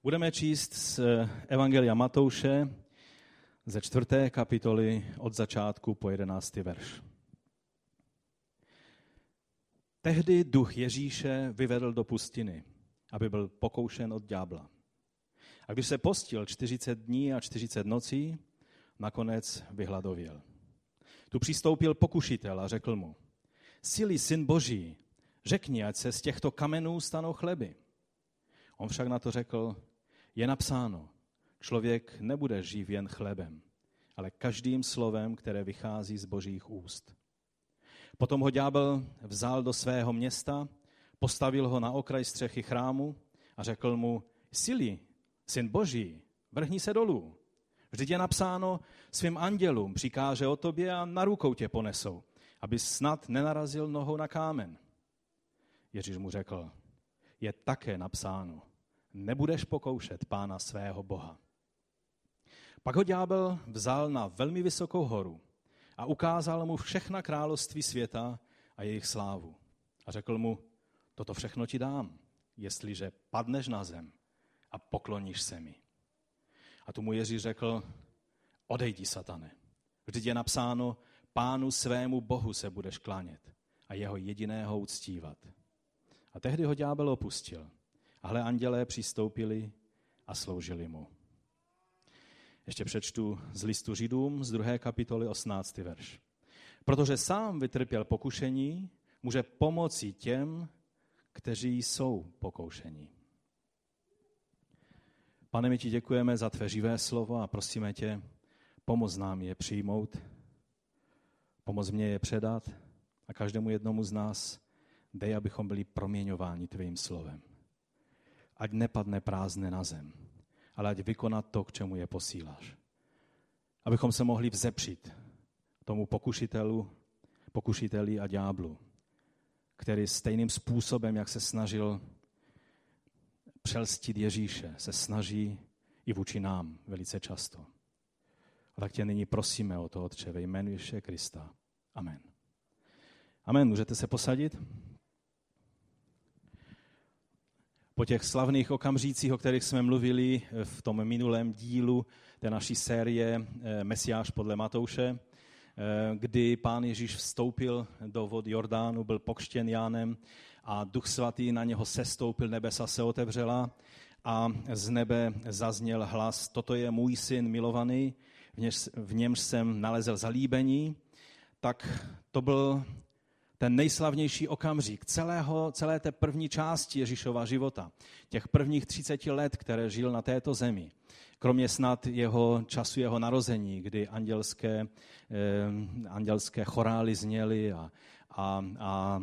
Budeme číst z Evangelia Matouše ze 4. kapitoly od začátku po 11. verš. Tehdy duch Ježíše vyvedl do pustiny, aby byl pokoušen od ďábla. A když se postil 40 dní a 40 nocí, nakonec vyhladověl. Tu přistoupil pokušitel a řekl mu: Jsi-li syn Boží, řekni, ať se z těchto kamenů stanou chleby. On však na to řekl: Je napsáno, člověk nebude živ jen chlebem, ale každým slovem, které vychází z Božích úst. Potom ho ďábel vzal do svého města, postavil ho na okraj střechy chrámu a řekl mu: Jsi-li syn Boží, vrhni se dolů. Vždyť je napsáno, svým andělům přikáže o tobě a na rukou tě ponesou, aby snad nenarazil nohou na kámen. Ježíš mu řekl: Je také napsáno, nebudeš pokoušet Pána svého Boha. Pak ho ďábel vzal na velmi vysokou horu a ukázal mu všechna království světa a jejich slávu. A řekl mu: Toto všechno ti dám, jestliže padneš na zem a pokloníš se mi. A tomu Ježíš řekl: Odejdi, satane. Vždyť je napsáno, Pánu svému Bohu se budeš klánět a jeho jediného uctívat. A tehdy ho ďábel opustil. A hle, andělé přistoupili a sloužili mu. Ještě přečtu z listu Židům z 2. kapitoly 18. verš. Protože sám vytrpěl pokušení, může pomoci těm, kteří jsou pokoušení. Pane, my ti děkujeme za tvé živé slovo a prosíme tě, pomoz nám je přijmout, pomoz mě je předat a každému jednomu z nás dej, abychom byli proměňováni tvým slovem. Ať nepadne prázdné na zem, ale ať vykonat to, k čemu je posíláš. Abychom se mohli vzepřít tomu pokušiteli a ďáblu, který stejným způsobem, jak se snažil přelstit Ježíše, se snaží i vůči nám velice často. A tak tě nyní prosíme o to, Otče, ve jménu Ježíše Krista. Amen. Amen. Můžete se posadit? Po těch slavných okamžicích, o kterých jsme mluvili v tom minulém dílu té naší série Mesiáš podle Matouše, kdy Pán Ježíš vstoupil do vod Jordánu, byl pokřtěn Jánem a Duch Svatý na něho sestoupil, nebesa se otevřela a z nebe zazněl hlas: Toto je můj syn milovaný, v němž jsem nalezl zalíbení. Tak to byl ten nejslavnější okamžik celé té první části Ježíšova života, těch prvních 30 let, které žil na této zemi. Kromě snad jeho času, jeho narození, kdy andělské chorály zněly a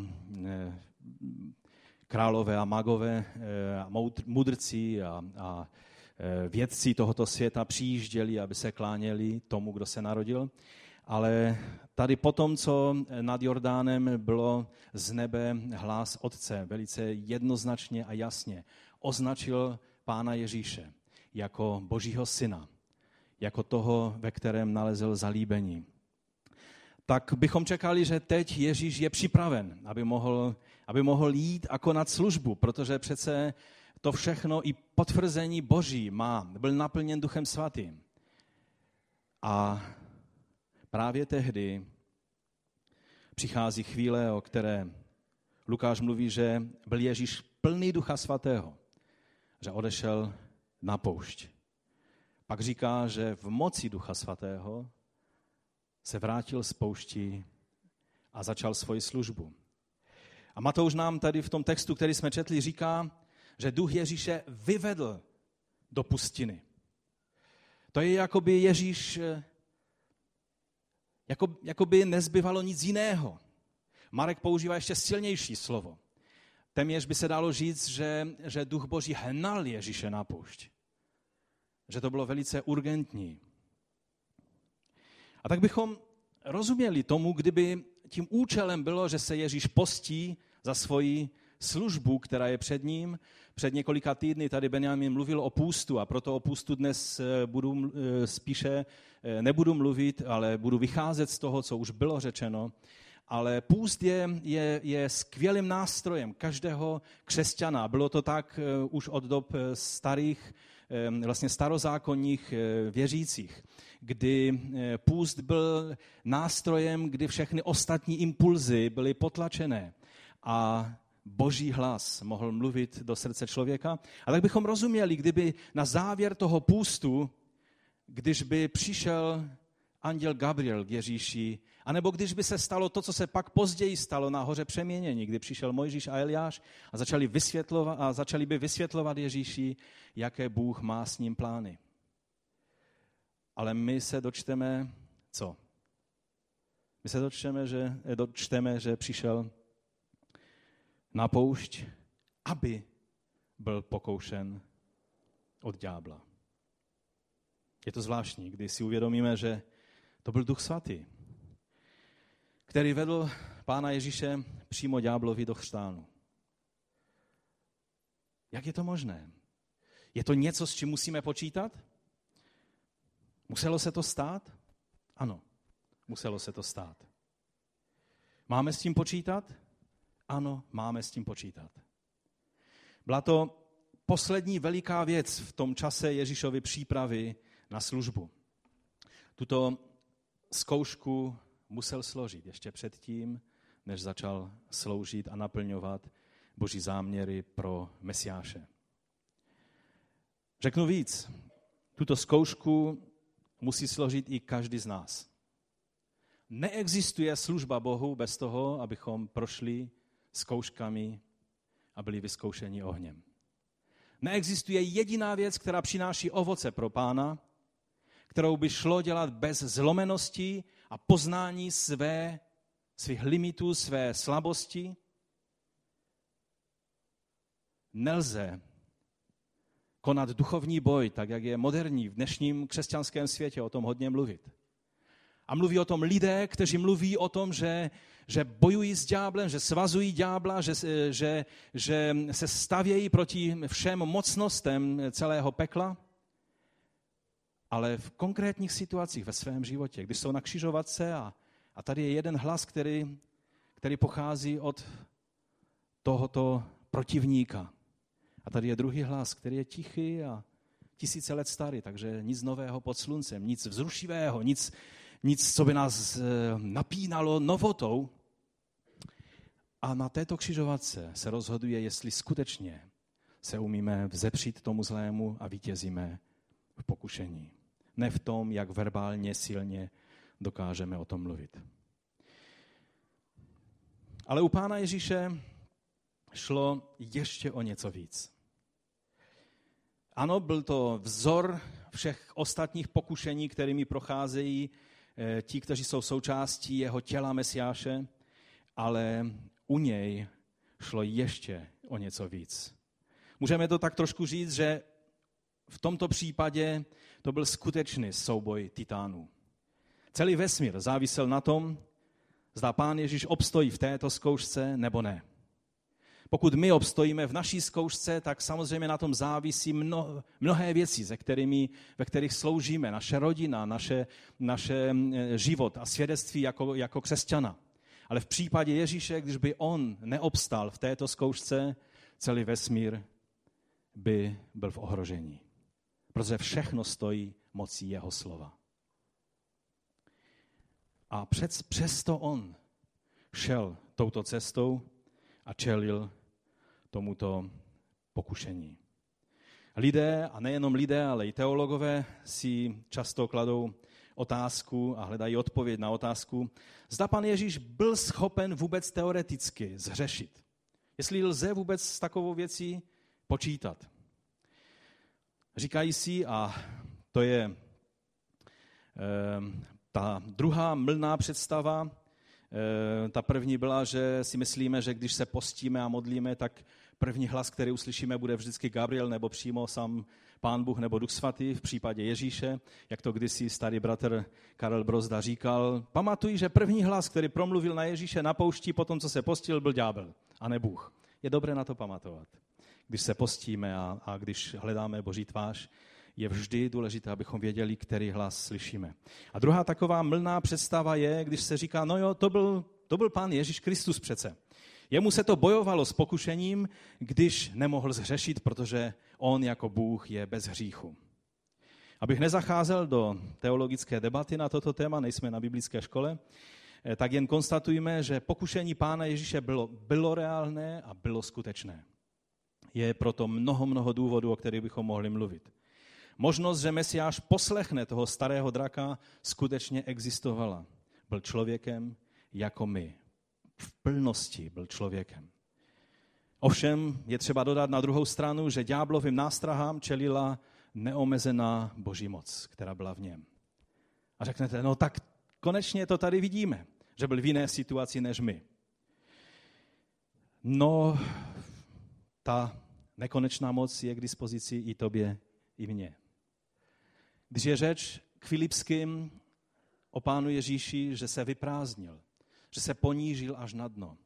králové a magové a mudrci a vědci tohoto světa přijížděli, aby se kláněli tomu, kdo se narodil. Ale tady potom, co nad Jordánem bylo z nebe hlas Otce, velice jednoznačně a jasně označil Pána Ježíše jako Božího syna, jako toho, ve kterém nalezl zalíbení. Tak bychom čekali, že teď Ježíš je připraven, aby mohl jít a konat službu, protože přece to všechno i potvrzení Boží má, byl naplněn Duchem Svatým. A právě tehdy přichází chvíle, o které Lukáš mluví, že byl Ježíš plný Ducha Svatého, že odešel na poušť. Pak říká, že v moci Ducha Svatého se vrátil z poušti a začal svoji službu. A Matouš nám tady v tom textu, který jsme četli, říká, že Duch Ježíše vyvedl do pustiny. To je, jako by Ježíš jako by nezbyvalo nic jiného. Marek používá ještě silnější slovo. Téměř by se dalo říct, že Duch Boží hnal Ježíše na poušť. Že to bylo velice urgentní. A tak bychom rozuměli tomu, kdyby tím účelem bylo, že se Ježíš postí za svoji službu, která je před ním. Před několika týdny tady Benjamin mluvil o půstu a proto o půstu dnes nebudu mluvit, ale budu vycházet z toho, co už bylo řečeno. ale půst je skvělým nástrojem každého křesťana. Bylo to tak už od dob starých, vlastně starozákonních věřících, kdy půst byl nástrojem, kdy všechny ostatní impulzy byly potlačené a Boží hlas mohl mluvit do srdce člověka. A tak bychom rozuměli, kdyby na závěr toho půstu, když by přišel anděl Gabriel k Ježíši, anebo když by se stalo to, co se pak později stalo na hoře přeměnění, kdy přišel Mojžíš a Eliáš a začali by vysvětlovat Ježíši, jaké Bůh má s ním plány. Ale my se dočteme, co? My se dočteme, že přišel na poušť, aby byl pokoušen od ďábla. Je to zvláštní, když si uvědomíme, že to byl Duch Svatý, který vedl Pána Ježíše přímo ďáblovi do chřtánu. Jak je to možné? Je to něco, s čím musíme počítat? Muselo se to stát? Ano, muselo se to stát. Máme s tím počítat? Ano, máme s tím počítat. Byla to poslední veliká věc v tom čase Ježíšovy přípravy na službu. Tuto zkoušku musel složit ještě předtím, než začal sloužit a naplňovat Boží záměry pro Mesiáše. Řeknu víc, tuto zkoušku musí složit i každý z nás. Neexistuje služba Bohu bez toho, abychom prošli zkouškami a byli vyzkoušeni ohněm. Neexistuje jediná věc, která přináší ovoce pro Pána, kterou by šlo dělat bez zlomenosti a poznání svých limitů, své slabosti. Nelze konat duchovní boj, tak jak je moderní v dnešním křesťanském světě, o tom hodně mluvit. A mluví o tom lidé, kteří mluví o tom, že bojují s ďáblem, že svazují ďábla, že se stavějí proti všem mocnostem celého pekla. Ale v konkrétních situacích ve svém životě, když jsou na křižovatce a tady je jeden hlas, který pochází od tohoto protivníka. A tady je druhý hlas, který je tichý a tisíce let starý, takže nic nového pod sluncem, nic vzrušivého, nic, co by nás napínalo novotou. A na této křižovatce se rozhoduje, jestli skutečně se umíme vzepřít tomu zlému a vítězíme v pokušení. Ne v tom, jak verbálně, silně dokážeme o tom mluvit. Ale u Pána Ježíše šlo ještě o něco víc. Ano, byl to vzor všech ostatních pokušení, kterými procházejí ti, kteří jsou součástí jeho těla Mesiáše, ale u něj šlo ještě o něco víc. Můžeme to tak trošku říct, že v tomto případě to byl skutečný souboj titánů. Celý vesmír závisel na tom, zda Pán Ježíš obstojí v této zkoušce nebo ne. Pokud my obstojíme v naší zkoušce, tak samozřejmě na tom závisí mnohé věci, ve kterých sloužíme, naše rodina, naše život a svědectví jako křesťana. Ale v případě Ježíše, když by on neobstal v této zkoušce, celý vesmír by byl v ohrožení. Protože všechno stojí mocí jeho slova. A přesto on šel touto cestou a čelil tomuto pokušení. Lidé, a nejenom lidé, ale i teologové si často kladou otázku a hledají odpověď na otázku, zda Pan Ježíš byl schopen vůbec teoreticky zhřešit. Jestli lze vůbec s takovou věcí počítat. Říkají si, a to je ta druhá mylná představa. Ta první byla, že si myslíme, že když se postíme a modlíme, tak první hlas, který uslyšíme, bude vždycky Gabriel nebo přímo sám Pán Bůh nebo Duch Svatý v případě Ježíše, jak to kdysi starý bratr Karel Brozda říkal. Pamatuj, že první hlas, který promluvil na Ježíše na poušti po tom, co se postil, byl ďábel a ne Bůh. Je dobré na to pamatovat. Když se postíme a když hledáme Boží tvář, je vždy důležité, abychom věděli, který hlas slyšíme. A druhá taková mylná představa je, když se říká, no jo, to byl To byl Pán Ježíš Kristus přece. Jemu se to bojovalo s pokušením, když nemohl zhřešit, protože on jako Bůh je bez hříchu. Abych nezacházel do teologické debaty na toto téma, nejsme na biblické škole, tak jen konstatujme, že pokušení Pána Ježíše bylo reálné a bylo skutečné. Je proto mnoho důvodů, o kterých bychom mohli mluvit. Možnost, že Mesiáš poslechne toho starého draka, skutečně existovala. Byl člověkem jako my. V plnosti byl člověkem. Ovšem je třeba dodat na druhou stranu, že ďáblovým nástrahám čelila neomezená boží moc, která byla v něm. A řeknete, no tak konečně to tady vidíme, že byl v jiné situaci než my. No, ta nekonečná moc je k dispozici i tobě, i mně. Když je řeč k Filipským o Pánu Ježíši, že se vyprázdnil, že se ponížil až na dno.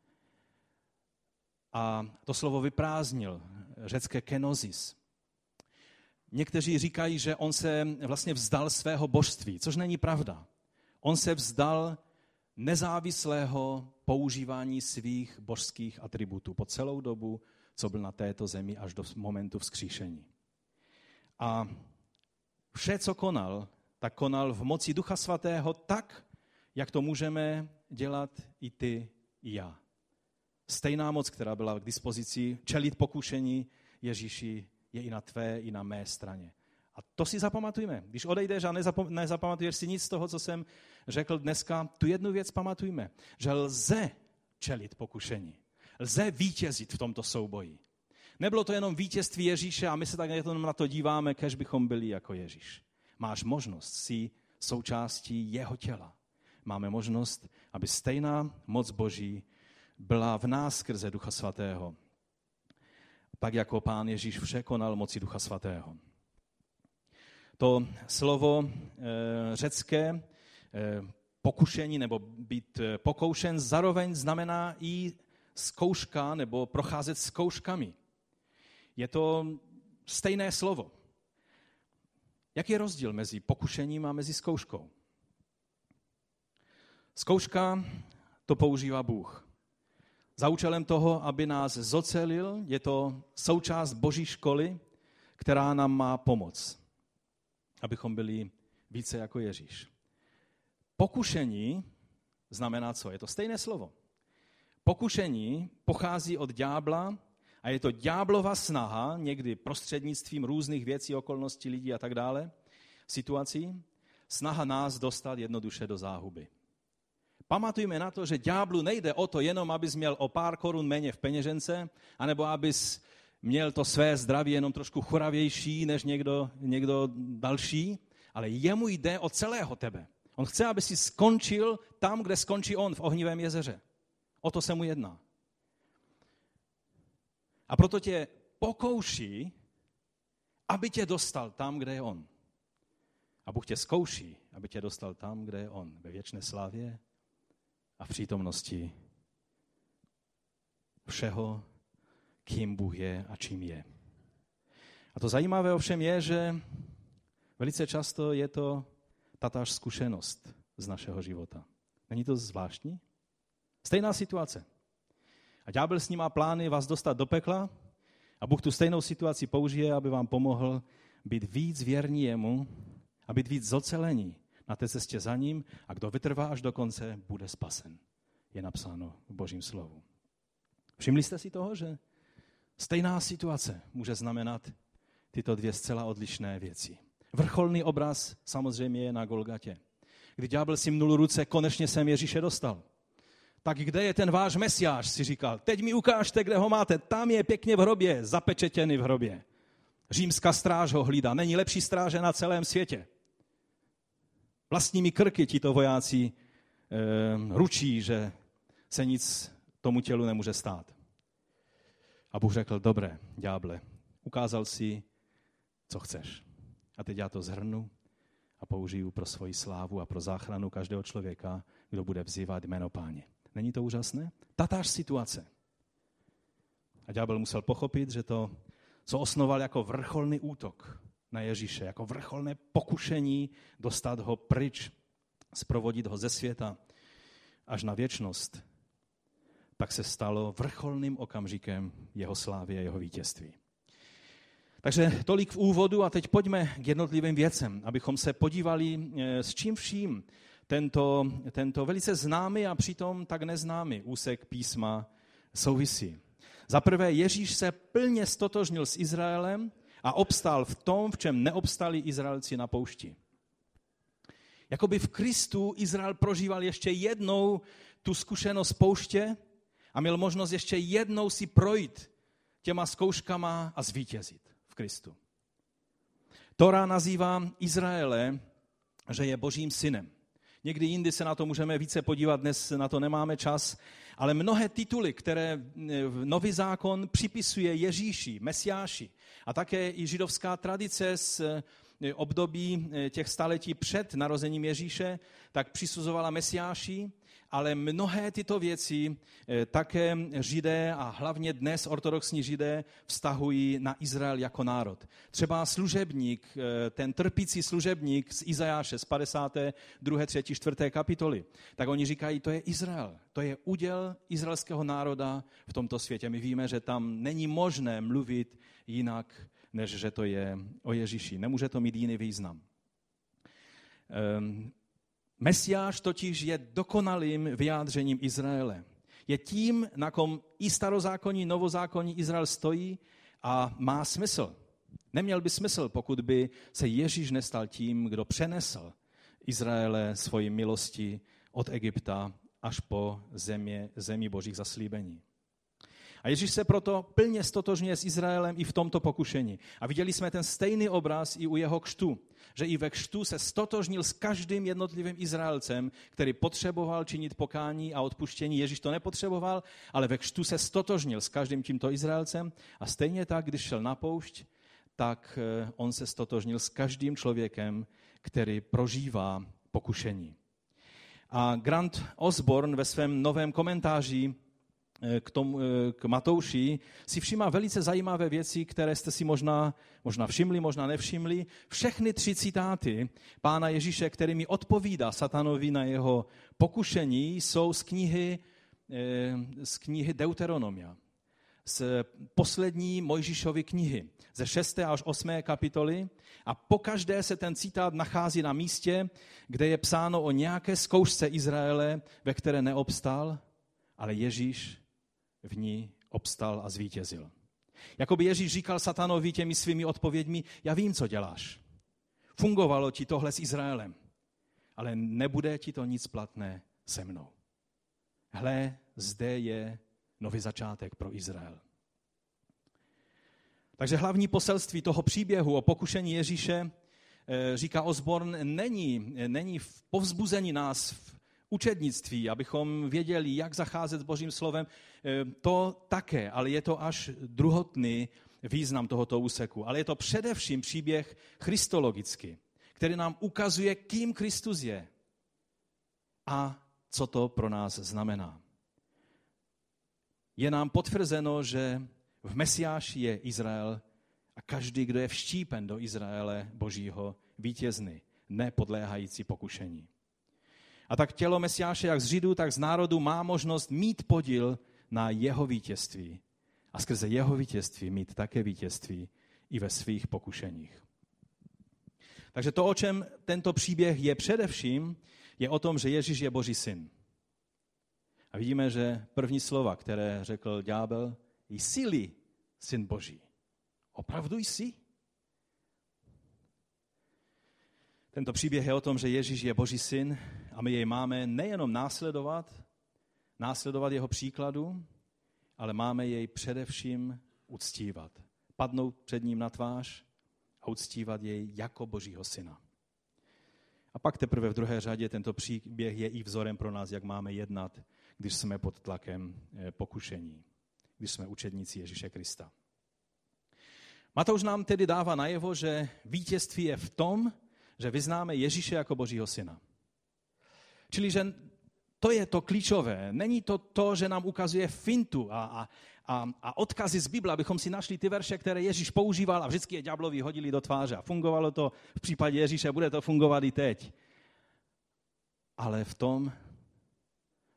A to slovo vyprázdnil, řecké kenosis. Někteří říkají, že on se vlastně vzdal svého božství, což není pravda. On se vzdal nezávislého používání svých božských atributů po celou dobu, co byl na této zemi až do momentu vzkříšení. A vše, co konal, tak konal v moci Ducha Svatého tak, jak to můžeme dělat i ty, i já. Stejná moc, která byla k dispozici čelit pokušení Ježíši, je i na tvé, i na mé straně. A to si zapamatujme. Když odejdeš a nezapamatuješ si nic z toho, co jsem řekl dneska, tu jednu věc pamatujme, že lze čelit pokušení. Lze vítězit v tomto souboji. Nebylo to jenom vítězství Ježíše a my se tak na to díváme, kež bychom byli jako Ježíš. Máš možnost si součástí jeho těla. Máme možnost, aby stejná moc Boží byla v nás skrze Ducha Svatého. Tak jako Pán Ježíš vše konal moci Ducha Svatého. To slovo řecké pokušení nebo být pokoušen zároveň znamená i zkouška nebo procházet zkouškami. Je to stejné slovo. Jaký je rozdíl mezi pokušením a mezi zkouškou? Zkouška to používá Bůh. Za účelem toho, aby nás zocelil, je to součást Boží školy, která nám má pomoct, abychom byli více jako Ježíš. Pokušení znamená co? Je to stejné slovo. Pokušení pochází od ďábla a je to ďáblova snaha, někdy prostřednictvím různých věcí, okolností, lidí a tak dále, situací, snaha nás dostat jednoduše do záhuby. Pamatujme na to, že ďáblu nejde o to jenom, abys měl o pár korun méně v peněžence, anebo abys měl to své zdraví jenom trošku churavější než někdo další, ale jemu jde o celého tebe. On chce, aby si skončil tam, kde skončí on, v ohnivém jezeře. O to se mu jedná. A proto tě pokouší, aby tě dostal tam, kde je on. A Bůh tě zkouší, aby tě dostal tam, kde je on, ve věčné slávě a v přítomnosti všeho, kým Bůh je a čím je. A to zajímavé ovšem je, že velice často je to tatáž zkušenost z našeho života. Není to zvláštní? Stejná situace. A ďábel s ním má plány vás dostat do pekla a Bůh tu stejnou situaci použije, aby vám pomohl být víc věrní jemu a být víc zocelení na té cestě za ním a kdo vytrvá až do konce, bude spasen. Je napsáno v Božím slovu. Všimli jste si toho, že stejná situace může znamenat tyto dvě zcela odlišné věci. Vrcholný obraz samozřejmě je na Golgatě. Kdy ďábel si mnul ruce, konečně jsem Ježíše dostal. Tak kde je ten váš Mesiáš, si říkal. Teď mi ukážte, kde ho máte. Tam je pěkně v hrobě, zapečetěný v hrobě. Římská stráž ho hlídá. Není lepší stráže na celém světě. Vlastními krky tito vojáci ručí, že se nic tomu tělu nemůže stát. A Bůh řekl, dobré, ďáble, ukázal si, co chceš. A teď já to zhrnu a použiju pro svoji slávu a pro záchranu každého člověka, kdo bude vzývat jméno Páně. Není to úžasné? Tatáž situace. A ďábel musel pochopit, že to, co osnoval jako vrcholný útok na Ježíše, jako vrcholné pokušení dostat ho pryč, sprovodit ho ze světa, až na věčnost, tak se stalo vrcholným okamžikem jeho slávy a jeho vítězství. Takže tolik v úvodu a teď pojďme k jednotlivým věcem, abychom se podívali, s čím vším tento velice známý a přitom tak neznámý úsek písma souvisí. Za prvé, Ježíš se plně stotožnil s Izraelem a obstál v tom, v čem neobstali Izraelci na poušti. Jakoby v Kristu Izrael prožíval ještě jednou tu zkušenost pouště a měl možnost ještě jednou si projít těma zkouškama a zvítězit v Kristu. Tóra nazývá Izraele, že je Božím synem. Někdy jindy se na to můžeme více podívat, dnes na to nemáme čas, ale mnohé tituly, které Nový zákon připisuje Ježíši, Mesiáši a také i židovská tradice z období těch staletí před narozením Ježíše, tak přisuzovala Mesiáši, ale mnohé tyto věci také Židé a hlavně dnes ortodoxní Židé vztahují na Izrael jako národ. Třeba služebník, ten trpící služebník z Izajáše z 52., 3., 4. kapitoly, tak oni říkají, to je Izrael, to je úděl izraelského národa v tomto světě. My víme, že tam není možné mluvit jinak, než že to je o Ježíši. Nemůže to mít jiný význam. Mesiáš totiž je dokonalým vyjádřením Izraele. Je tím, na kom i starozákonní, novozákonní Izrael stojí a má smysl. Neměl by smysl, pokud by se Ježíš nestal tím, kdo přenesl Izraele svoji milosti od Egypta až po zemi Božích zaslíbení. A Ježíš se proto plně stotožňuje s Izraelem i v tomto pokušení. A viděli jsme ten stejný obraz i u jeho křtu, že i ve křtu se stotožnil s každým jednotlivým Izraelcem, který potřeboval činit pokání a odpuštění. Ježíš to nepotřeboval, ale ve křtu se stotožnil s každým tímto Izraelcem a stejně tak, když šel na poušť, tak on se stotožnil s každým člověkem, který prožívá pokušení. A Grant Osborne ve svém novém komentáři k Matouši si všímá velice zajímavé věci, které jste si možná všimli, možná nevšimli. Všechny 3 citáty Pána Ježíše, kterými odpovídá satanovi na jeho pokušení, jsou z knihy Deuteronomia, z poslední Mojžíšovy knihy, ze 6. až 8. kapitoly a pokaždé se ten citát nachází na místě, kde je psáno o nějaké zkoušce Izraele, ve které neobstál, ale Ježíš v ní obstal a zvítězil. Jakoby Ježíš říkal satanovi těmi svými odpověďmi, já vím, co děláš. Fungovalo ti tohle s Izraelem, ale nebude ti to nic platné se mnou. Hle, zde je nový začátek pro Izrael. Takže hlavní poselství toho příběhu o pokušení Ježíše, říká Osborne, není v povzbuzení nás v učednictví, abychom věděli, jak zacházet s Božím slovem, to také, ale je to až druhotný význam tohoto úseku. Ale je to především příběh christologický, který nám ukazuje, kým Kristus je a co to pro nás znamená. Je nám potvrzeno, že v Mesiáši je Izrael a každý, kdo je vštípen do Izraele Božího, vítězný, nepodléhající pokušení. A tak tělo Mesiáše jak z Židů, tak z národu má možnost mít podíl na jeho vítězství a skrze jeho vítězství mít také vítězství i ve svých pokušeních. Takže to, o čem tento příběh je především, je o tom, že Ježíš je Boží syn. A vidíme, že první slova, které řekl ďábel, jsi-li syn Boží. Opravdu jsi? Tento příběh je o tom, že Ježíš je Boží syn a my jej máme nejenom následovat jeho příkladu, ale máme jej především uctívat. Padnout před ním na tvář a uctívat jej jako Božího syna. A pak teprve v druhé řadě tento příběh je i vzorem pro nás, jak máme jednat, když jsme pod tlakem pokušení, když jsme učedníci Ježíše Krista. Matouš nám tedy dává najevo, že vítězství je v tom, že vyznáme Ježíše jako Božího syna. Čili, že to je to klíčové. Není to, že nám ukazuje fintu a odkazy z Bible, abychom si našli ty verše, které Ježíš používal a vždycky je ďáblovi hodili do tváře. A fungovalo to v případě Ježíše, bude to fungovat i teď. Ale v tom,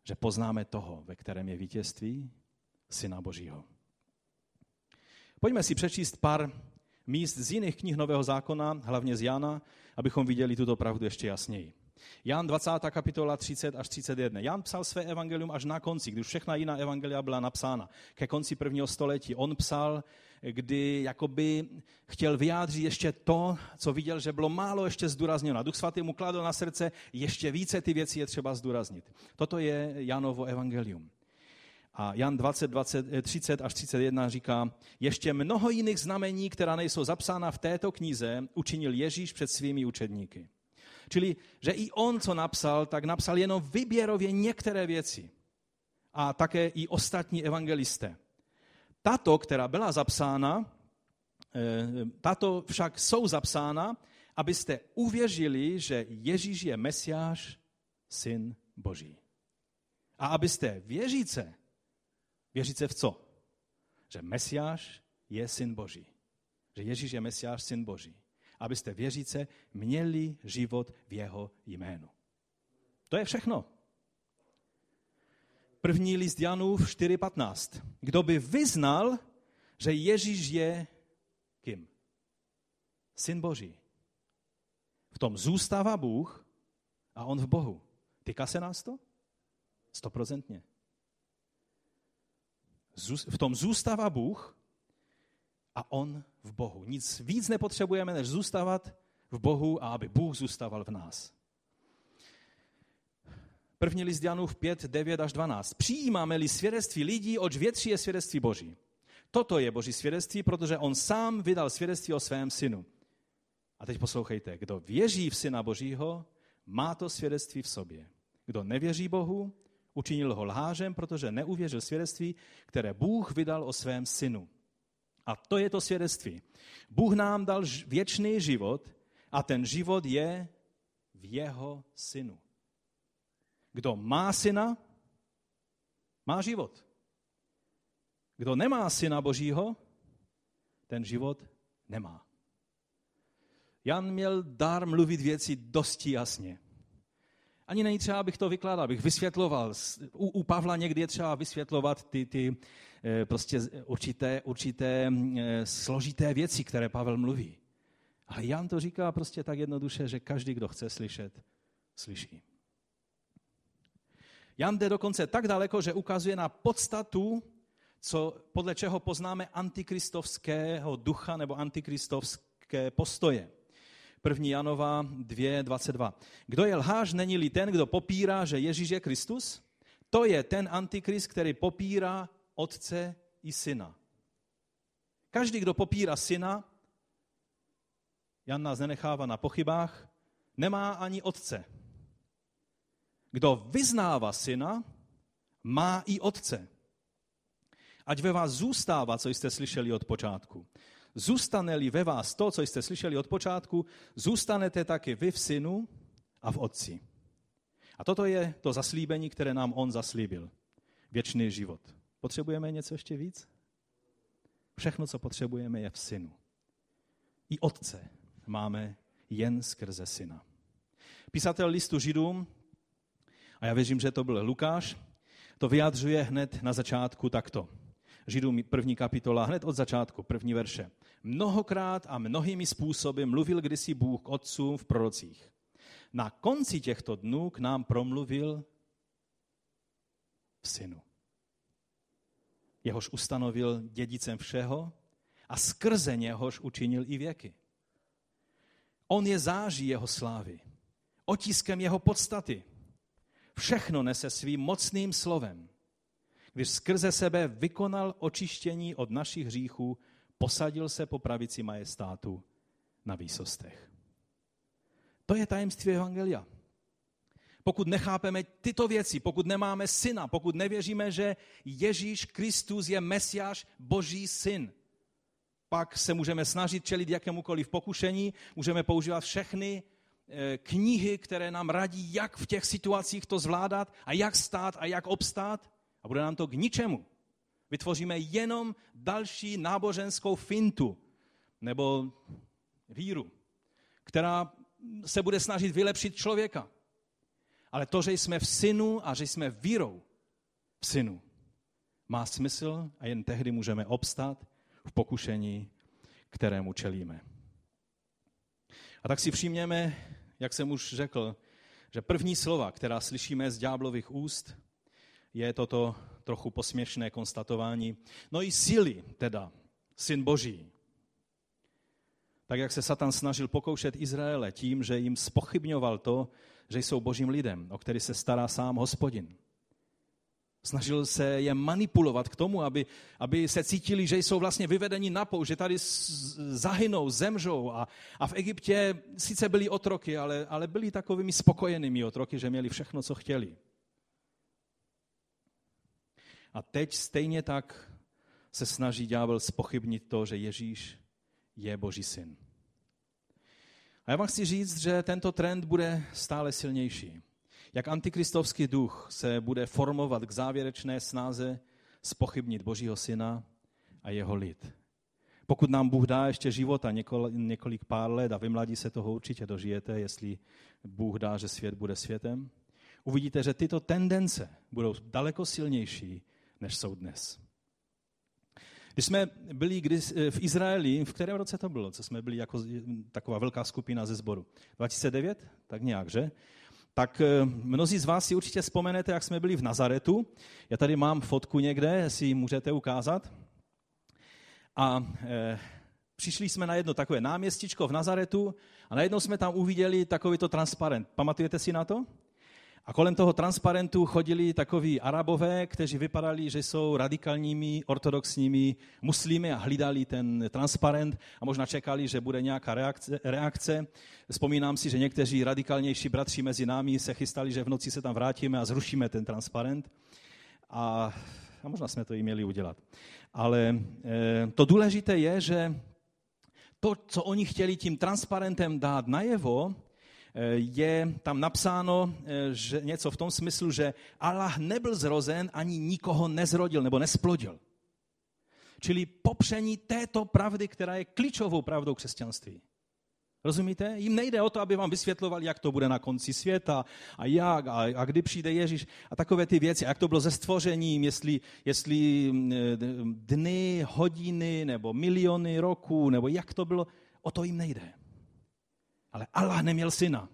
že poznáme toho, ve kterém je vítězství Syna Božího. Pojďme si přečíst pár míst z jiných knih Nového zákona, hlavně z Jana, abychom viděli tuto pravdu ještě jasněji. Jan 20. kapitola 30 až 31. Jan psal své evangelium až na konci, když všechna jiná evangelia byla napsána. Ke konci 1. století. On psal, kdy jakoby chtěl vyjádřit ještě to, co viděl, že bylo málo ještě zdůrazněno. Duch svatý mu kladl na srdce, ještě více ty věci je třeba zdůraznit. Toto je Janovo evangelium. A Jan 30 až 31 říká, ještě mnoho jiných znamení, která nejsou zapsána v této knize, učinil Ježíš před svými učedníky. Čili, že i on, co napsal, tak napsal jenom výběrově některé věci. A také i ostatní evangelisté. Tato, která byla zapsána, tato však jsou zapsána, abyste uvěřili, že Ježíš je Mesiáš, Syn Boží. A abyste věříce v co? Že Mesiáš je Syn Boží. Že Ježíš je Mesiáš, Syn Boží. Abyste věříce měli život v jeho jménu. To je všechno. První list Janův 4.15. Kdo by vyznal, že Ježíš je kým? Syn Boží. V tom zůstává Bůh a on v Bohu. Týká se nás to? 100%. V tom zůstává Bůh a on v Bohu. Nic víc nepotřebujeme, než zůstávat v Bohu a aby Bůh zůstával v nás. První list Janův 5, 9 až 12. Přijímáme-li svědectví lidí, oč větší je svědectví Boží. Toto je Boží svědectví, protože on sám vydal svědectví o svém synu. A teď poslouchejte. Kdo věří v Syna Božího, má to svědectví v sobě. Kdo nevěří Bohu, učinil ho lhářem, protože neuvěřil svědectví, které Bůh vydal o svém synu. A to je to svědectví. Bůh nám dal věčný život a ten život je v jeho synu. Kdo má syna, má život. Kdo nemá Syna Božího, ten život nemá. Jan měl dar mluvit věci dosti jasně. Ani není třeba, abych to vykládal, abych vysvětloval. U Pavla někdy je třeba vysvětlovat ty prostě určité složité věci, které Pavel mluví. Ale Jan to říká prostě tak jednoduše, že každý, kdo chce slyšet, slyší. Jan jde dokonce tak daleko, že ukazuje na podstatu, podle čeho poznáme antikristovského ducha nebo antikristovské postoje. 1. Janova 2.22. Kdo je lhář, není-li ten, kdo popírá, že Ježíš je Kristus? To je ten antikrist, který popírá Otce i Syna. Každý, kdo popírá Syna, Jan nás nenechává na pochybách, nemá ani Otce. Kdo vyznává Syna, má i Otce. Ať ve vás zůstává, co jste slyšeli od počátku. Zůstane-li ve vás to, co jste slyšeli od počátku, zůstanete taky vy v Synu a v Otci. A toto je to zaslíbení, které nám on zaslíbil. Věčný život. Potřebujeme něco ještě víc? Všechno, co potřebujeme, je v Synu. I Otce máme jen skrze Syna. Písatel listu Židům, a já věřím, že to byl Lukáš, to vyjadřuje hned na začátku takto. Židům 1. kapitola, hned od začátku, 1. verše. Mnohokrát a mnohými způsoby mluvil kdysi Bůh k otcům v prorocích. Na konci těchto dnů k nám promluvil v Synu. Jehož ustanovil dědicem všeho a skrze něhož učinil i věky. On je září jeho slávy, otiskem jeho podstaty. Všechno nese svým mocným slovem. Když skrze sebe vykonal očištění od našich hříchů, posadil se po pravici majestátu na výsostech. To je tajemství evangelia. Pokud nechápeme tyto věci, pokud nemáme Syna, pokud nevěříme, že Ježíš Kristus je Mesiáš, Boží syn, pak se můžeme snažit čelit jakémukoliv pokušení, můžeme používat všechny knihy, které nám radí, jak v těch situacích to zvládat a jak stát a jak obstát. A bude nám to k ničemu. Vytvoříme jenom další náboženskou fintu nebo víru, která se bude snažit vylepšit člověka. Ale to, že jsme v Synu a že jsme vírou v Synu, má smysl a jen tehdy můžeme obstát v pokušení, kterému čelíme. A tak si všimněme, jak jsem už řekl, že první slova, která slyšíme z ďáblových úst, je toto trochu posměšné konstatování. No i síly, teda, Syn Boží. Tak jak se Satan snažil pokoušet Izraele tím, že jim zpochybňoval to, že jsou Božím lidem, o který se stará sám Hospodin. Snažil se je manipulovat k tomu, aby se cítili, že jsou vlastně vyvedeni na poušť, že tady zahynou, zemřou. A v Egyptě sice byli otroky, ale byli takovými spokojenými otroky, že měli všechno, co chtěli. A teď stejně tak se snaží ďábel zpochybnit to, že Ježíš je Boží syn. A já vám chci říct, že tento trend bude stále silnější. Jak antikristovský duch se bude formovat k závěrečné snaze zpochybnit Božího syna a jeho lid. Pokud nám Bůh dá ještě života několik pár let a vy mladí se toho určitě dožijete, jestli Bůh dá, že svět bude světem, uvidíte, že tyto tendence budou daleko silnější, než jsou dnes. Když jsme byli v Izraeli, v kterém roce to bylo, co jsme byli jako taková velká skupina ze sboru? 2009? Tak nějak, že? Tak mnozí z vás si určitě vzpomenete, jak jsme byli v Nazaretu. Já tady mám fotku někde, jestli ji můžete ukázat. A přišli jsme na jedno takové náměstíčko v Nazaretu a najednou jsme tam uviděli takovýto transparent. Pamatujete si na to? A kolem toho transparentu chodili takoví Arabové, kteří vypadali, že jsou radikálními, ortodoxními muslimy a hlídali ten transparent a možná čekali, že bude nějaká reakce. Vzpomínám si, že někteří radikálnější bratři mezi námi se chystali, že v noci se tam vrátíme a zrušíme ten transparent. A možná jsme to i měli udělat. Ale to důležité je, že to, co oni chtěli tím transparentem dát najevo, je tam napsáno že něco v tom smyslu, že Allah nebyl zrozen, ani nikoho nezrodil nebo nesplodil. Čili popření této pravdy, která je klíčovou pravdou křesťanství. Rozumíte? Jim nejde o to, aby vám vysvětlovali, jak to bude na konci světa a jak a kdy přijde Ježíš a takové ty věci, a jak to bylo se stvořením, jestli dny, hodiny nebo miliony roků, nebo jak to bylo, o to jim nejde. Ale Allah neměl syna.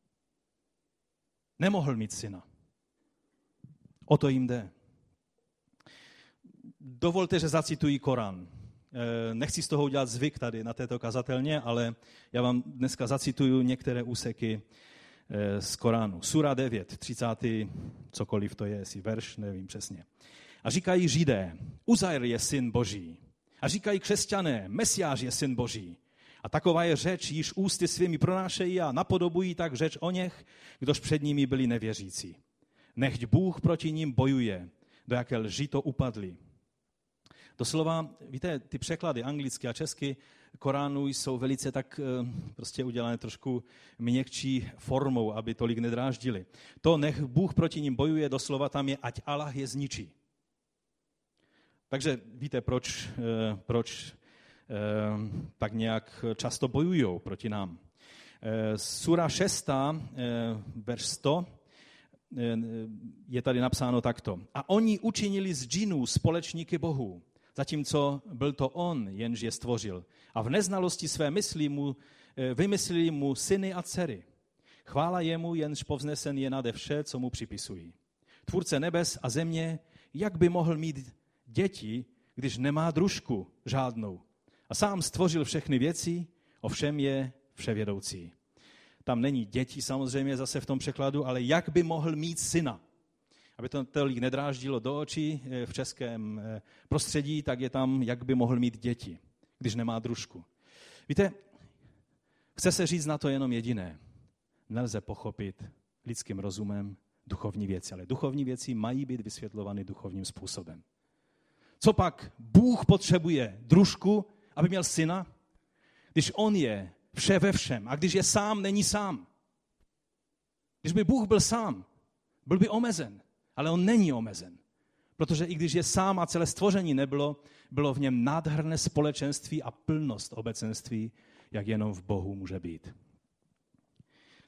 Nemohl mít syna. O to jim jde. Dovolte, že zacituji Korán. Nechci z toho udělat zvyk tady na této kazatelně, ale já vám dneska zacituju některé úseky z Koránu. Sura 9, 30. cokoliv to je, jestli verš, nevím přesně. A říkají Židé, Uzair je syn Boží. A říkají křesťané, Mesiáš je syn Boží. A taková je řeč, již ústy svými pronášejí a napodobují tak řeč o něch, kdož před nimi byli nevěřící. Nechť Bůh proti ním bojuje, do jaké lži to upadli. Doslova, víte, ty překlady anglicky a česky Koránu jsou velice tak prostě udělané trošku měkčí formou, aby tolik nedráždili. To nech Bůh proti ním bojuje, doslova tam je, ať Allah je zničí. Takže víte, proč tak nějak často bojujou proti nám. Sura 6, verš 100, je tady napsáno takto. A oni učinili z džinů společníky Bohu, zatímco byl to on, jenž je stvořil. A v neznalosti své mysli vymyslili mu syny a dcery. Chvála jemu, jenž povznesen je nade vše, co mu připisují. Tvůrce nebes a země, jak by mohl mít děti, když nemá družku žádnou. A sám stvořil všechny věci, ovšem je vševědoucí. Tam není děti samozřejmě zase v tom překladu, ale jak by mohl mít syna. Aby to tolik nedráždilo do očí v českém prostředí, tak je tam, jak by mohl mít děti, když nemá družku. Víte, chce se říct na to jenom jediné. Nelze pochopit lidským rozumem duchovní věci, ale duchovní věci mají být vysvětlovány duchovním způsobem. Co pak Bůh potřebuje družku, aby měl syna, když on je vše ve všem a když je sám, není sám. Když by Bůh byl sám, byl by omezen, ale on není omezen. Protože i když je sám a celé stvoření nebylo, bylo v něm nádherné společenství a plnost obecenství, jak jenom v Bohu může být.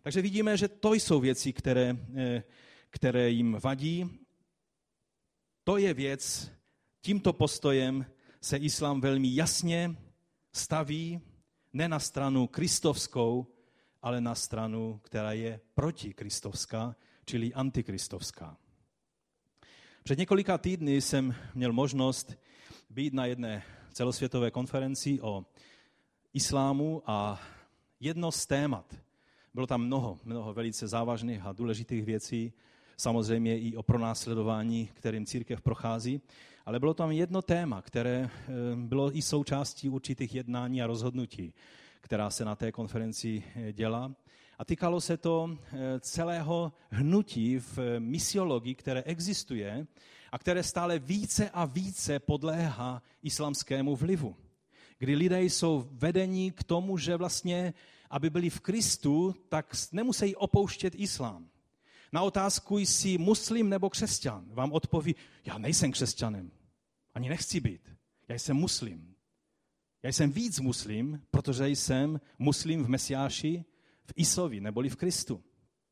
Takže vidíme, že to jsou věci, které jim vadí. To je věc, tímto postojem se islám velmi jasně staví ne na stranu kristovskou, ale na stranu, která je protikristovská, čili antikristovská. Před několika týdny jsem měl možnost být na jedné celosvětové konferenci o islámu a jedno z témat, bylo tam mnoho velice závažných a důležitých věcí, samozřejmě i o pronásledování, kterým církev prochází, ale bylo tam jedno téma, které bylo i součástí určitých jednání a rozhodnutí, která se na té konferenci dělá. A týkalo se to celého hnutí v misiologii, které existuje a které stále více a více podléhá islamskému vlivu. Kdy lidé jsou vedeni k tomu, že vlastně, aby byli v Kristu, tak nemusí opouštět islám. Na otázku, jsi muslim nebo křesťan, vám odpoví, já nejsem křesťanem, ani nechci být, já jsem muslim. Já jsem víc muslim, protože jsem muslim v Mesiáši, v Isovi, neboli v Kristu.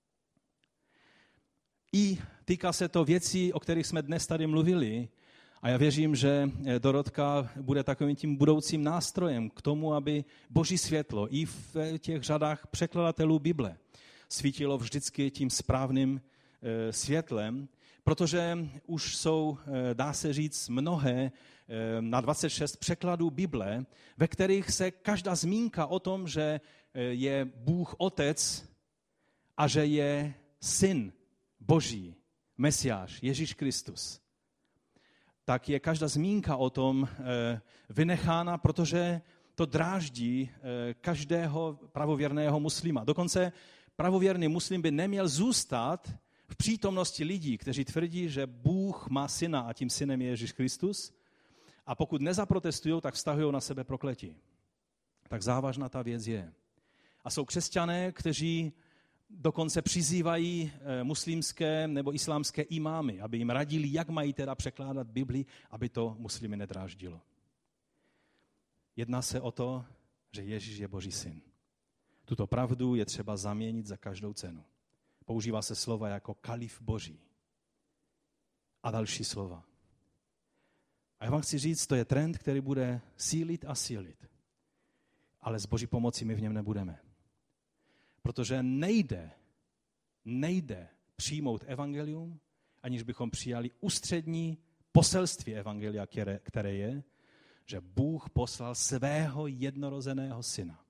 I týká se to věcí, o kterých jsme dnes tady mluvili, a já věřím, že Dorotka bude takovým tím budoucím nástrojem k tomu, aby Boží světlo i v těch řadách překladatelů Bible svítilo vždycky tím správným světlem, protože už jsou, dá se říct, mnohé na 26 překladů Bible, ve kterých se každá zmínka o tom, že je Bůh Otec a že je Syn Boží, Mesiáš, Ježíš Kristus, tak je každá zmínka o tom vynechána, protože to dráždí každého pravověrného muslima. Dokonce pravověrný muslim by neměl zůstat v přítomnosti lidí, kteří tvrdí, že Bůh má syna a tím synem je Ježíš Kristus. A pokud nezaprotestují, tak vztahují na sebe prokletí. Tak závažná ta věc je. A jsou křesťané, kteří dokonce přizývají muslimské nebo islámské imámy, aby jim radili, jak mají teda překládat Bibli, aby to muslimy nedráždilo. Jedná se o to, že Ježíš je Boží syn. Tuto pravdu je třeba zaměnit za každou cenu. Používá se slova jako kalif Boží a další slova. A já vám chci říct, to je trend, který bude sílit a sílit. Ale s Boží pomocí my v něm nebudeme. Protože nejde přijmout evangelium, aniž bychom přijali ústřední poselství evangelia, které je, že Bůh poslal svého jednorozeného syna,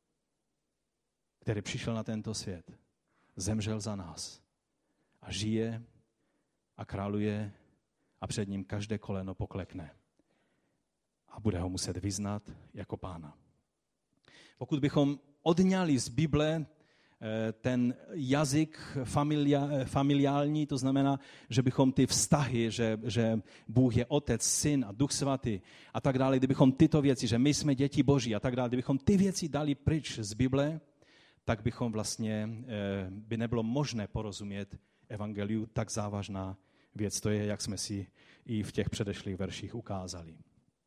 který přišel na tento svět, zemřel za nás a žije a králuje a před ním každé koleno poklekne a bude ho muset vyznat jako pána. Pokud bychom odňali z Bible ten jazyk familiální, to znamená, že bychom ty vztahy, že Bůh je Otec, Syn a Duch Svatý a tak dále, kdybychom tyto věci, že my jsme děti Boží a tak dále, kdybychom ty věci dali pryč z Bible, tak bychom vlastně, by nebylo možné porozumět evangeliu, tak závažná věc to je, jak jsme si i v těch předešlých verších ukázali.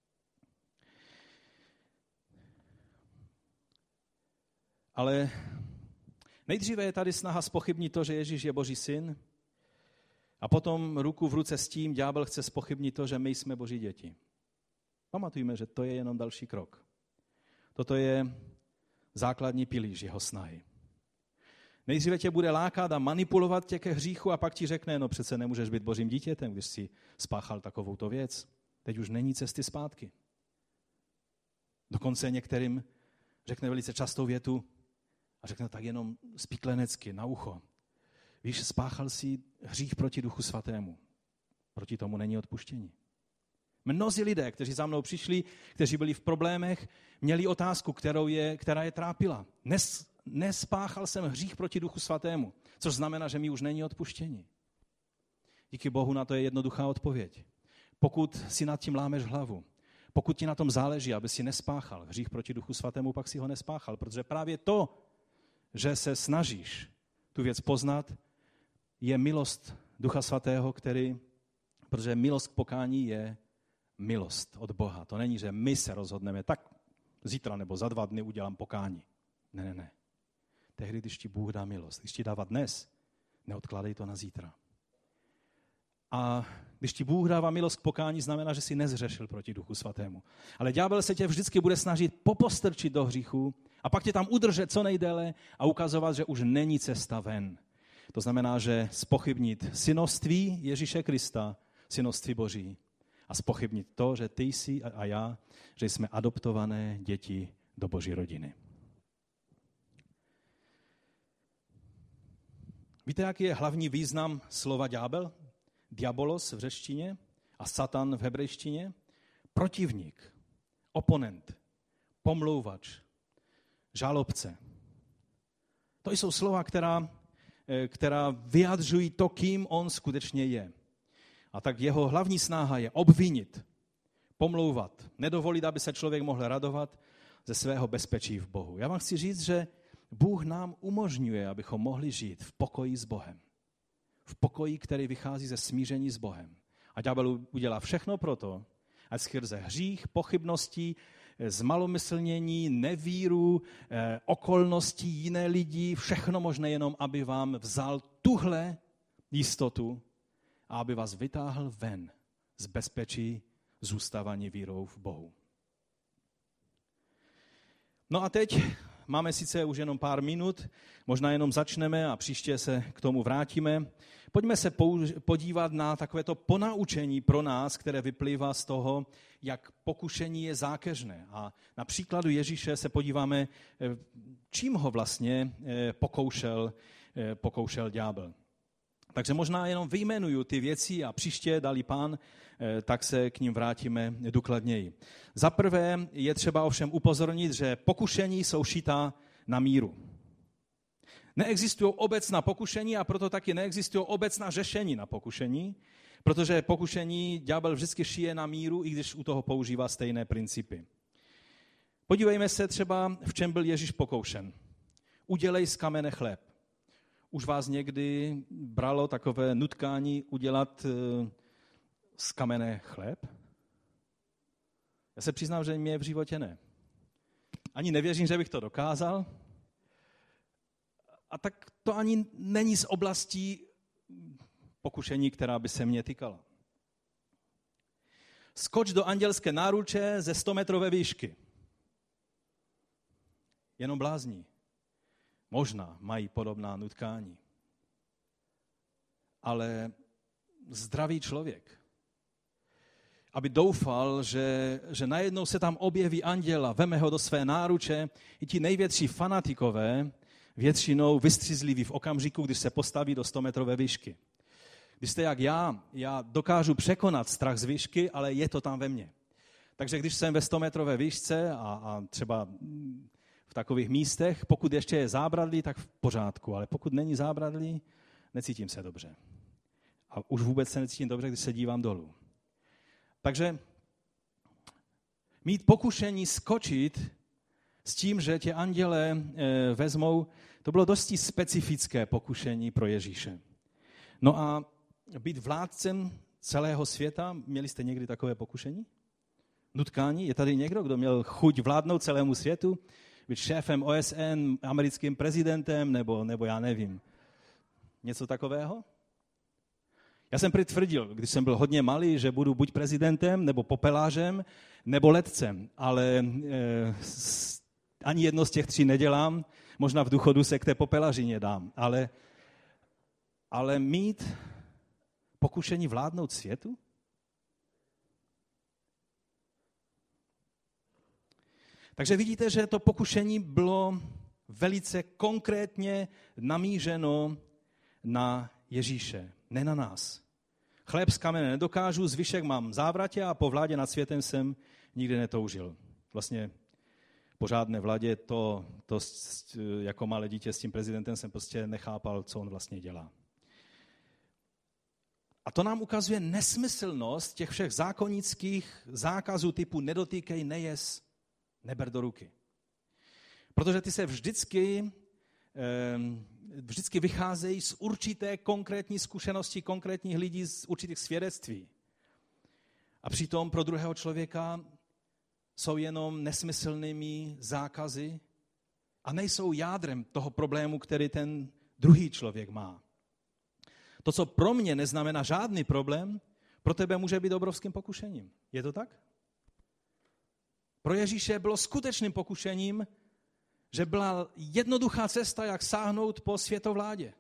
Ale nejdříve je tady snaha zpochybnit to, že Ježíš je Boží syn, a potom ruku v ruce s tím ďábel chce zpochybnit to, že my jsme Boží děti. Pamatujme, že to je jenom další krok. Toto je základní pilíř jeho snahy. Nejdříve tě bude lákat a manipulovat tě ke hříchu a pak ti řekne, no přece nemůžeš být Božím dítětem, když jsi spáchal takovouto věc. Teď už není cesty zpátky. Dokonce některým řekne velice častou větu a řekne tak jenom spiklenecky na ucho. Víš, spáchal jsi hřích proti Duchu Svatému. Proti tomu není odpuštění. Mnozí lidé, kteří za mnou přišli, kteří byli v problémech, měli otázku, která je trápila. Nespáchal jsem hřích proti Duchu Svatému, což znamená, že mi už není odpuštění. Díky Bohu na to je jednoduchá odpověď. Pokud si nad tím lámeš hlavu, pokud ti na tom záleží, aby si nespáchal hřích proti Duchu Svatému, pak si ho nespáchal, protože právě to, že se snažíš tu věc poznat, je milost Ducha Svatého, protože milost k pokání je milost od Boha. To není, že my se rozhodneme, tak zítra nebo za 2 dny udělám pokání. Ne. tehdy, když ti Bůh dá milost. Když ti dává dnes, neodkládej to na zítra. A když ti Bůh dává milost k pokání, znamená, že jsi nezřešil proti Duchu Svatému. Ale ďábel se tě vždycky bude snažit popostrčit do hříchu a pak tě tam udržet co nejdéle a ukazovat, že už není cesta ven. To znamená, že zpochybnit synoství Ježíše Krista, synoství Boží a zpochybnit to, že ty jsi a já, že jsme adoptované děti do Boží rodiny. Víte, jaký je hlavní význam slova ďábel? Diabolos v řečtině a satan v hebrejštině? Protivník, oponent, pomlouvač, žalobce. To jsou slova, která vyjadřují to, kým on skutečně je. A tak jeho hlavní snaha je obvinit, pomlouvat, nedovolit, aby se člověk mohl radovat ze svého bezpečí v Bohu. Já vám chci říct, že Bůh nám umožňuje, abychom mohli žít v pokoji s Bohem. V pokoji, který vychází ze smíření s Bohem. A ďábel udělá všechno proto, ať skrze hřích, pochybností, zmalomyslnění, nevíru, okolností jiné lidi, všechno možné jenom, aby vám vzal tuhle jistotu a aby vás vytáhl ven z bezpečí zůstávání vírou v Bohu. No a teď máme sice už jenom pár minut, možná jenom začneme a příště se k tomu vrátíme. Pojďme se podívat na takovéto ponaučení pro nás, které vyplývá z toho, jak pokušení je zákeřné. A na příkladu Ježíše se podíváme, čím ho vlastně pokoušel ďábel. Takže možná jenom vyjmenuju ty věci a příště, dali Pán, tak se k ním vrátíme důkladněji. Za prvé je třeba ovšem upozornit, že pokušení jsou šitá na míru. Neexistují obecná pokušení a proto taky neexistují obecná řešení na pokušení, protože pokušení ďábel vždycky šije na míru, i když u toho používá stejné principy. Podívejme se třeba, v čem byl Ježíš pokoušen. Udělej z kamene chléb. Už vás někdy bralo takové nutkání udělat z kamene chléb? Já se přiznám, že mě v životě ne. Ani nevěřím, že bych to dokázal. A tak to ani není z oblastí pokušení, která by se mě týkala. Skoč do andělské náruče ze 100-metrové výšky. Jenom blázní. Možná mají podobná nutkání. Ale zdravý člověk, aby doufal, že najednou se tam objeví anděl a veme ho do své náruče, i ti největší fanatikové většinou vystřízliví v okamžiku, když se postaví do 100-metrové výšky. Když jste jak já dokážu překonat strach z výšky, ale je to tam ve mně. Takže když jsem ve 100-metrové výšce a třeba v takových místech, pokud ještě je zábradlí, tak v pořádku, ale pokud není zábradlí, necítím se dobře. A už vůbec se necítím dobře, když se dívám dolů. Takže mít pokušení skočit s tím, že tě anděle vezmou, to bylo dosti specifické pokušení pro Ježíše. No a být vládcem celého světa, měli jste někdy takové pokušení? Nutkání? Je tady někdo, kdo měl chuť vládnout celému světu? Být šéfem OSN, americkým prezidentem, nebo já nevím. Něco takového? Já jsem prý tvrdil, když jsem byl hodně malý, že budu buď prezidentem, nebo popelářem, nebo letcem, ale ani jedno z těch tří nedělám. Možná v důchodu se k té popelařině dám, ale mít pokušení vládnout světu? Takže vidíte, že to pokušení bylo velice konkrétně namířeno na Ježíše, ne na nás. Chléb z kamene nedokážu, zvyšek mám v závratě a po vládě nad světem jsem nikdy netoužil. Vlastně po žádné vládě to jako malé dítě s tím prezidentem jsem prostě nechápal, co on vlastně dělá. A to nám ukazuje nesmyslnost těch všech zákonických zákazů typu nedotýkej, nejez, neber do ruky. Protože ty se vždycky vycházejí z určité konkrétní zkušenosti konkrétních lidí, z určitých svědectví. A přitom pro druhého člověka jsou jenom nesmyslnými zákazy, a nejsou jádrem toho problému, který ten druhý člověk má. To, co pro mě neznamená žádný problém, pro tebe může být obrovským pokušením. Je to tak? Pro Ježíše bylo skutečným pokušením, že byla jednoduchá cesta, jak sáhnout po světovládě.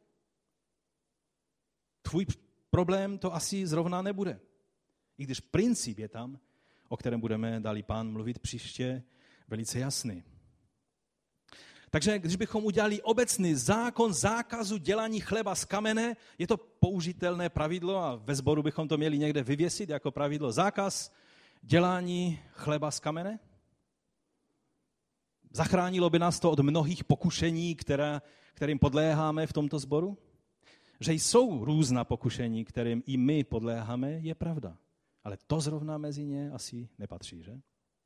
Tvůj problém to asi zrovna nebude. I když princip je tam, o kterém budeme, dali Pán mluvit příště, velice jasný. Takže když bychom udělali obecný zákon zákazu dělání chleba z kamene, je to použitelné pravidlo a ve sboru bychom to měli někde vyvěsit jako pravidlo zákaz dělání chleba z kamene? Zachránilo by nás to od mnohých pokušení, kterým podléháme v tomto sboru? Že jsou různá pokušení, kterým i my podléháme, je pravda. Ale to zrovna mezi ně asi nepatří, že?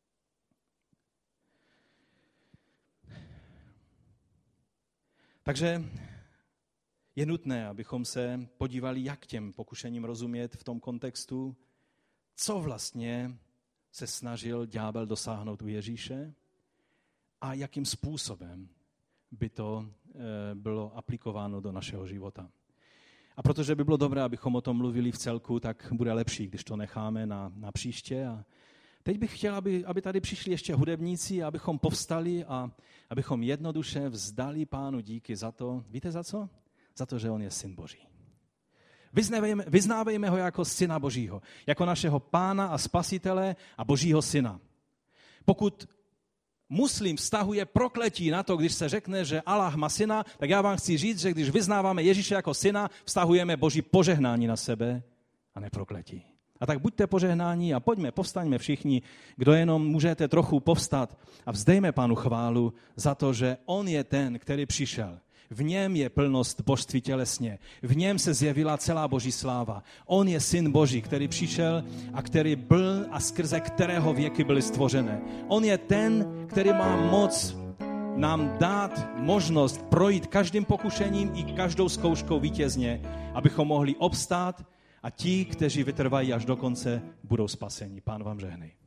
Takže je nutné, abychom se podívali, jak těm pokušením rozumět v tom kontextu, co vlastně se snažil ďábel dosáhnout u Ježíše a jakým způsobem by to bylo aplikováno do našeho života. A protože by bylo dobré, abychom o tom mluvili v celku, tak bude lepší, když to necháme na příště. A teď bych chtěl, aby tady přišli ještě hudebníci, abychom povstali a abychom jednoduše vzdali Pánu díky za to. Víte za co? Za to, že on je Syn Boží. Vyznávejme ho jako Syna Božího, jako našeho Pána a Spasitele a Božího Syna. Pokud muslim vztahuje prokletí na to, když se řekne, že Allah má syna, tak já vám chci říct, že když vyznáváme Ježíše jako syna, vztahujeme Boží požehnání na sebe a ne prokletí. A tak buďte požehnáni a pojďme, povstaňme všichni, kdo jenom můžete trochu povstat a vzdejme Pánu chválu za to, že on je ten, který přišel. V něm je plnost božství tělesně. V něm se zjevila celá Boží sláva. On je Syn Boží, který přišel a který byl a skrze kterého věky byly stvořené. On je ten, který má moc nám dát možnost projít každým pokušením i každou zkouškou vítězně, abychom mohli obstát a ti, kteří vytrvají až do konce, budou spaseni. Pán vám žehnej.